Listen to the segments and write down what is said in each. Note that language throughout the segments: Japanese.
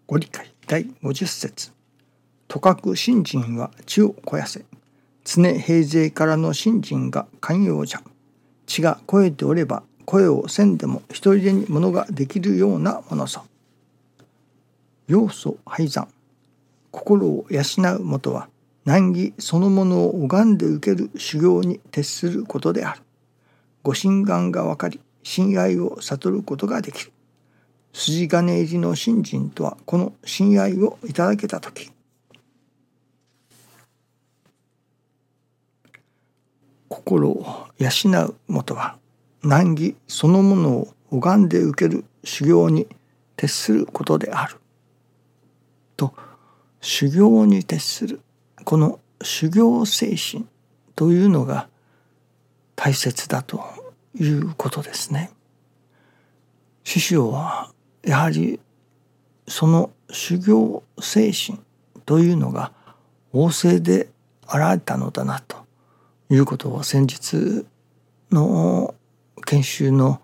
ご理解第50節。とかく信心は地を肥やせ。常平勢からの信心が寛容じゃ。地が肥えておれば肥えをせんでも一人でにものができるようなものぞ。要素拝山。心を養うもとは難儀そのものを拝んで受ける修行に徹することである。ご心願が分かり親愛を悟ることができる。筋金入りの信心とはこの親愛をいただけたとき、心を養うもとは難儀そのものを拝んで受ける修行に徹することであると、修行に徹するこの修行精神というのが大切だということですね。師匠はやはりその修行精神というのが旺盛であられたのだなということを先日の研修の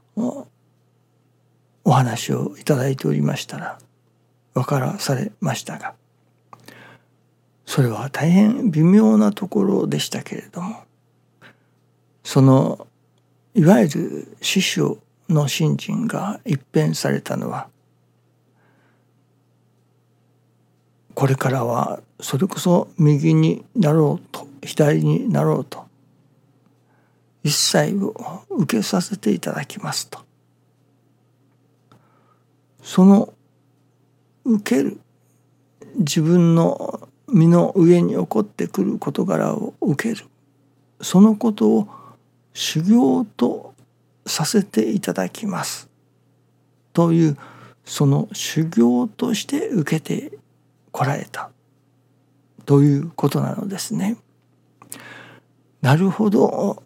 お話をいただいておりましたら分からされましたが、それは大変微妙なところでしたけれども、そのいわゆる師匠の信心が一変されたのは、これからはそれこそ右になろうと左になろうと一切を受けさせていただきますと、その受ける自分の身の上に起こってくる事柄を受ける、そのことを修行とさせていただきますという、その修行として受けてこられたということなのですね。なるほど。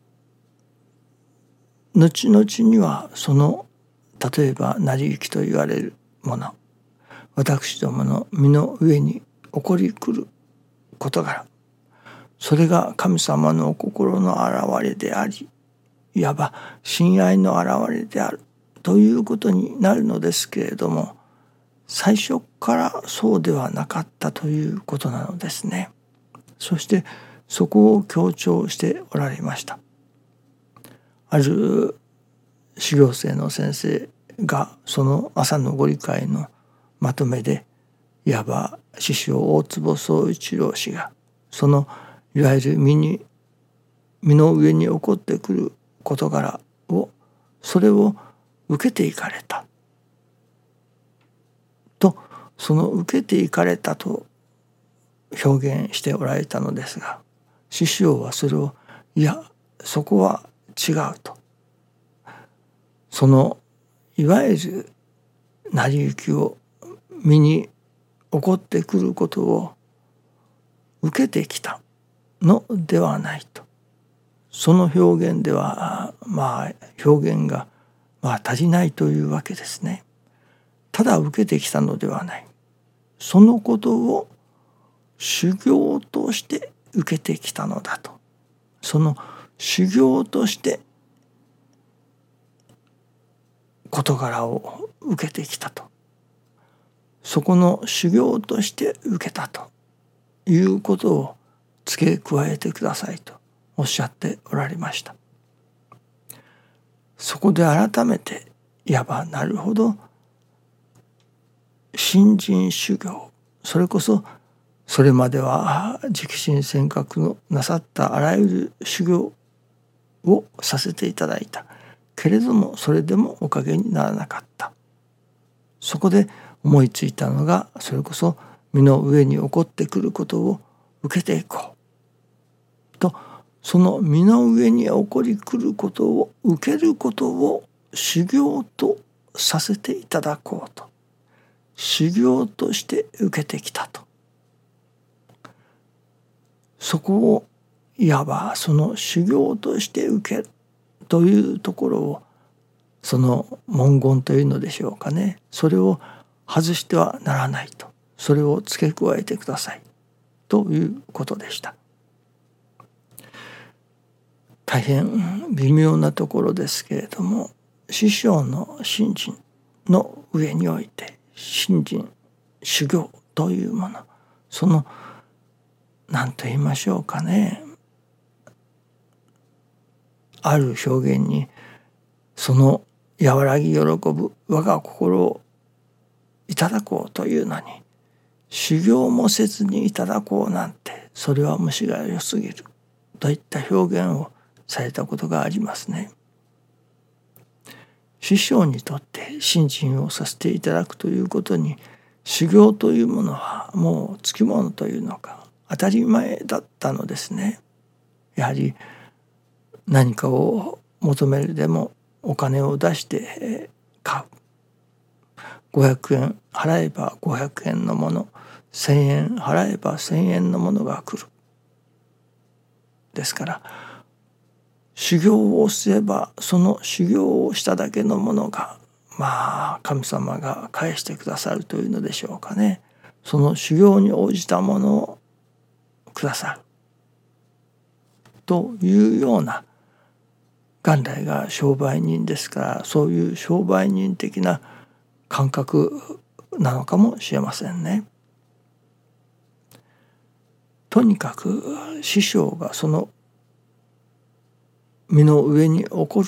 後々にはその例えば成り行きと言われるもの、私どもの身の上に起こりくる事柄、それが神様のお心の現れであり、いわば親愛の現れであるということになるのですけれども、最初からそうではなかったということなのですね。そしてそこを強調しておられました。ある修行生の先生がその朝のご理解のまとめで、いわば師匠大坪宗一郎氏がそのいわゆる身の上に起こってくる事柄を、それを受けていかれたと、その受けていかれたと表現しておられたのですが、師匠はそれをいやそこは違うと、そのいわゆる成り行きを身に起こってくることを受けてきたのではないと、その表現では表現が足りないというわけですね。ただ受けてきたのではない、そのことを修行として受けてきたのだと、その修行として事柄を受けてきたと、そこの修行として受けたということを付け加えてくださいとおっしゃっておられました。そこで改めていわばなるほど、信心修行、それこそそれまでは直心尖閣のなさったあらゆる修行をさせていただいたけれども、それでもおかげにならなかった。そこで思いついたのが、それこそ身の上に起こってくることを受けていこうと、その身の上に起こりくることを受けることを修行とさせていただこうと、修行として受けてきたと、そこをいわばその修行として受けるというところを、その文言というのでしょうかね、それを外してはならないと、それを付け加えてくださいということでした。大変微妙なところですけれども、師匠の信心の上において信心修行というもの、その何と言いましょうかね、ある表現にその和らぎ喜ぶ我が心をいただこうというのに、修行もせずにいただこうなんて、それは虫が良すぎるといった表現をされたことがありますね。師匠にとって信心をさせていただくということに、修行というものはもうつきものというのか当たり前だったのですね。やはり何かを求めるでもお金を出して買う。500円払えば500円のもの、1000円払えば1000円のものが来る。ですから修行をすればその修行をしただけのものが神様が返してくださるというのでしょうかね。その修行に応じたものをくださるというような、元来が商売人ですから、そういう商売人的な感覚なのかもしれませんね。とにかく師匠がその身の上に起こ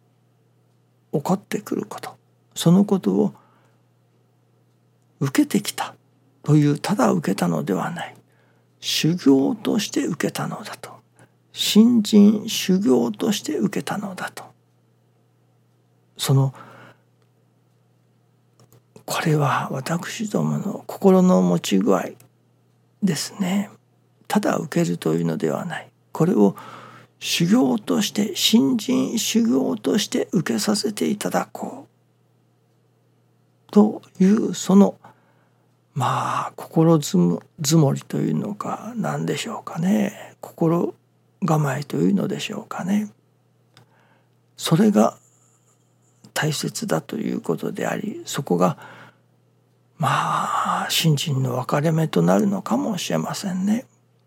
ってくること、そのことを受けてきたという、ただ受けたのではない、修行として受けたのだと、信心修行として受けたのだと、そのこれは私どもの心の持ち具合ですね。ただ受けるというのではない、これを修行として、信心修行として受けさせていただこうという、その心づもりというのか何でしょうかね、心構えというのでしょうかね。それが大切だということであり、そこが信心の分かれ目となるのかもしれませんね。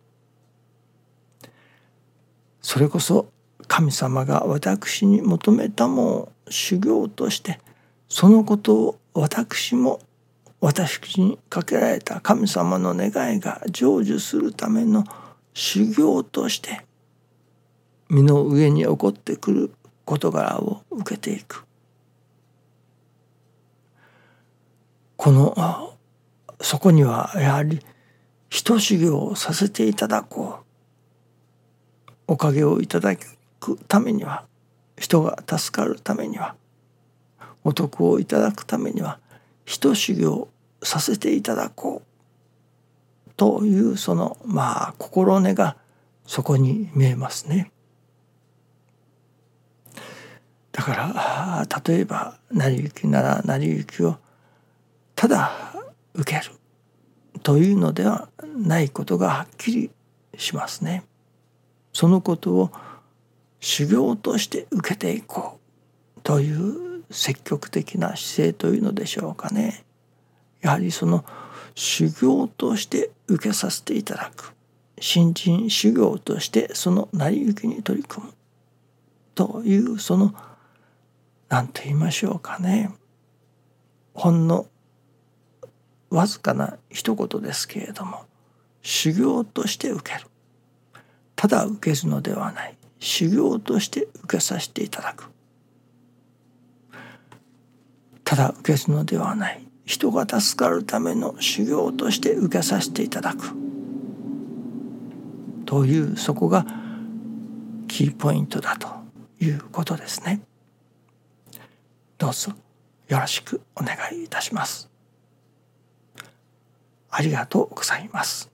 それこそ神様が私に求めたもの修行として、そのことを私にかけられた神様の願いが成就するための修行として身の上に起こってくる事柄を受けていく。そこにはやはり一修行をさせていただこう、おかげをいただくためには、人が助かるためには、お得をいただくためには一修行させていただこうという、その心根がそこに見えますね。だから例えば成り行きなら成り行きをただ受けるというのではないことがはっきりしますね。そのことを修行として受けていこうという積極的な姿勢というのでしょうかね。やはりその修行として受けさせていただく、信心修行としてその成り行きに取り組むという、その何と言いましょうかね、ほんのわずかな一言ですけれども、修行として受ける、ただ受けるのではない、修行として受けさせていただく、ただ受けるのではない、人が助かるための修行として受けさせていただくという、そこがキーポイントだということですね。どうぞよろしくお願いいたします。ありがとうございます。